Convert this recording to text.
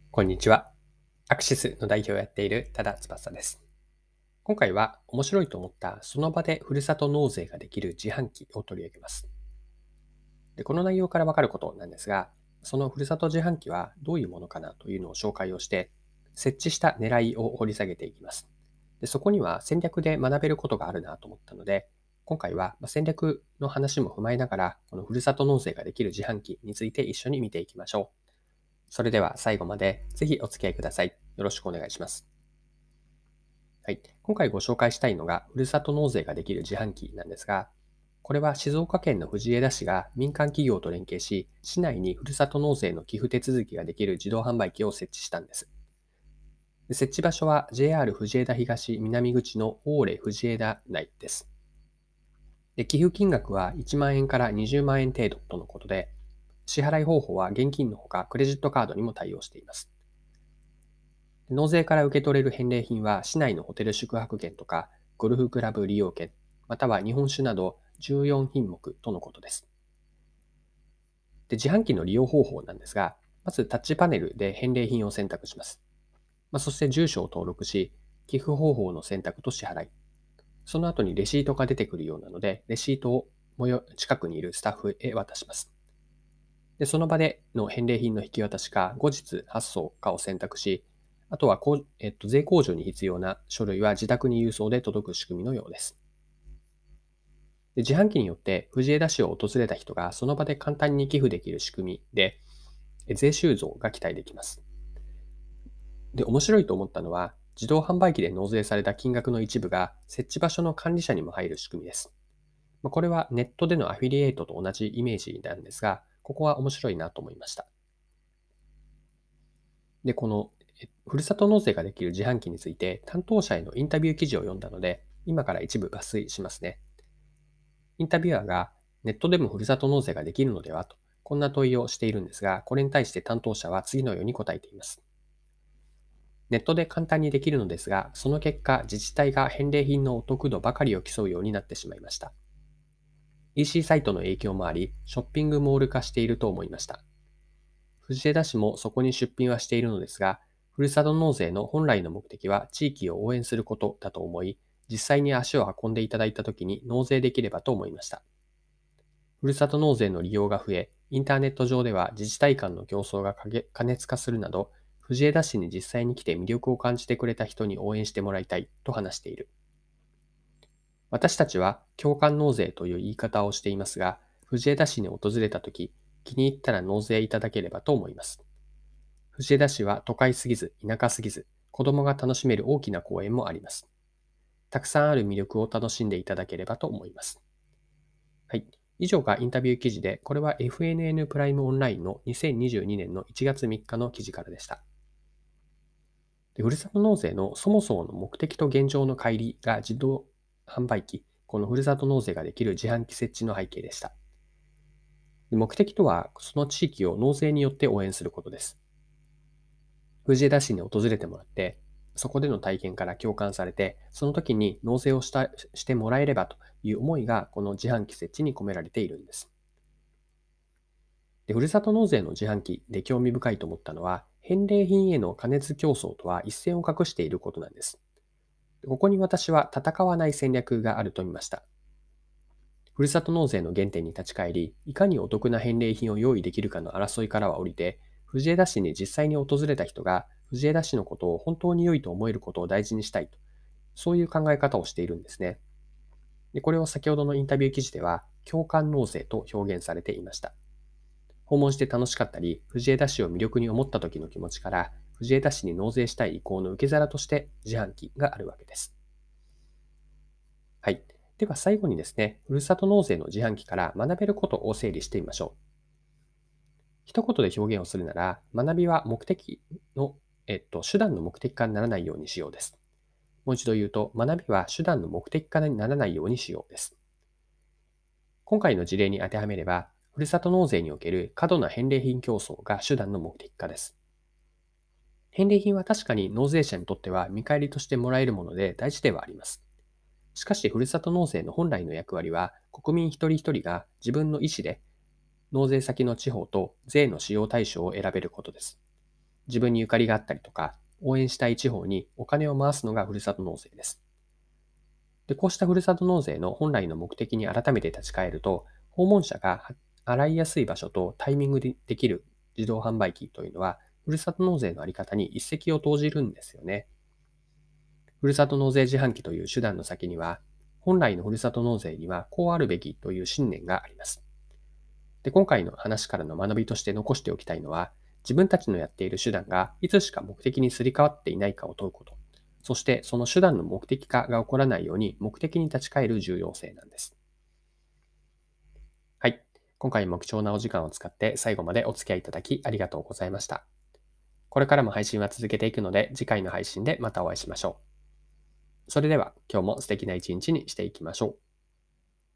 こんにちは。アクシスの代表をやっている多田翼です。今回は面白いと思ったその場でふるさと納税ができる自販機を取り上げます。で、この内容からわかることなんですが、そのふるさと自販機はどういうものかなというのを紹介をして、設置した狙いを掘り下げていきます。で、そこには戦略で学べることがあるなと思ったので、今回は戦略の話も踏まえながら、このふるさと納税ができる自販機について一緒に見ていきましょう。それでは最後までぜひお付き合いください。よろしくお願いします。はい。今回ご紹介したいのが、ふるさと納税ができる自販機なんですが、これは静岡県の藤枝市が民間企業と連携し、市内にふるさと納税の寄付手続きができる自動販売機を設置したんです。で、設置場所は JR 藤枝東南口のオーレ藤枝内です。で、寄付金額は1万円から20万円程度とのことで、支払い方法は現金のほかクレジットカードにも対応しています。納税から受け取れる返礼品は、市内のホテル宿泊券とか、ゴルフクラブ利用券、または日本酒など14品目とのことです。で、自販機の利用方法なんですが、まずタッチパネルで返礼品を選択します。そして住所を登録し、寄付方法の選択と支払い。その後にレシートが出てくるようなので、レシートを近くにいるスタッフへ渡します。で、その場での返礼品の引き渡しか、後日発送かを選択し、あとは税控除に必要な書類は自宅に郵送で届く仕組みのようです。で、自販機によって藤枝市を訪れた人がその場で簡単に寄付できる仕組みで、税収増が期待できます。で、面白いと思ったのは、自動販売機で納税された金額の一部が設置場所の管理者にも入る仕組みです。これはネットでのアフィリエイトと同じイメージなんですが、ここは面白いなと思いました。で、このふるさと納税ができる自販機について担当者へのインタビュー記事を読んだので、今から一部抜粋しますね。インタビュアーがネットでもふるさと納税ができるのではと、こんな問いをしているんですが、これに対して担当者は次のように答えています。ネットで簡単にできるのですが、その結果、自治体が返礼品のお得度ばかりを競うようになってしまいました。EC サイトの影響もあり、ショッピングモール化していると思いました。藤枝市もそこに出品はしているのですが、ふるさと納税の本来の目的は地域を応援することだと思い、実際に足を運んでいただいたときに納税できればと思いました。ふるさと納税の利用が増え、インターネット上では自治体間の競争が過熱化するなど、藤枝市に実際に来て魅力を感じてくれた人に応援してもらいたいと話している。私たちは共感納税という言い方をしていますが、藤枝市に訪れたとき、気に入ったら納税いただければと思います。藤枝市は都会すぎず、田舎すぎず、子供が楽しめる大きな公園もあります。たくさんある魅力を楽しんでいただければと思います。はい。以上がインタビュー記事で、これは FNN プライムオンラインの2022年の1月3日の記事からでした。で、ふるさと納税のそもそもの目的と現状の乖離が自動販売機、このふるさと納税ができる自販機設置の背景でした。で、目的とは、その地域を納税によって応援することです。藤枝市に訪れてもらって、そこでの体験から共感されて、その時に納税をしてもらえればという思いが、この自販機設置に込められているんです。で、ふるさと納税の自販機で興味深いと思ったのは、返礼品への加熱競争とは一線を画していることなんです。ここに私は戦わない戦略があると見ました。ふるさと納税の原点に立ち返り、いかにお得な返礼品を用意できるかの争いからは降りて、藤枝市に実際に訪れた人が藤枝市のことを本当に良いと思えることを大事にしたいと、そういう考え方をしているんですね。で、これを先ほどのインタビュー記事では、共感納税と表現されていました。訪問して楽しかったり、藤枝市を魅力に思った時の気持ちから、藤枝市に納税したい意向の受け皿として自販機があるわけです。はい。では最後にですね、ふるさと納税の自販機から学べることを整理してみましょう。一言で表現をするなら、学びは目的の、手段の目的化にならないようにしようです。もう一度言うと、学びは手段の目的化にならないようにしようです。今回の事例に当てはめれば、ふるさと納税における過度な返礼品競争が手段の目的化です。返礼品は確かに納税者にとっては見返りとしてもらえるもので大事ではあります。しかし、ふるさと納税の本来の役割は、国民一人一人が自分の意思で納税先の地方と税の使用対象を選べることです。 自分にゆかりがあったりとか、応援したい地方にお金を回すのがふるさと納税です。で、こうしたふるさと納税の本来の目的に改めて立ち返ると、訪問者が洗いやすい場所とタイミングでできる自動販売機というのは、ふるさと納税のあり方に一石を投じるんですよね。ふるさと納税自販機という手段の先には、本来のふるさと納税にはこうあるべきという信念があります。で、今回の話からの学びとして残しておきたいのは、自分たちのやっている手段がいつしか目的にすり替わっていないかを問うこと。そしてその手段の目的化が起こらないように目的に立ち返る重要性なんです。はい。今回も貴重なお時間を使って最後までお付き合いいただきありがとうございました。これからも配信は続けていくので、次回の配信でまたお会いしましょう。それでは今日も素敵な一日にしていきましょう。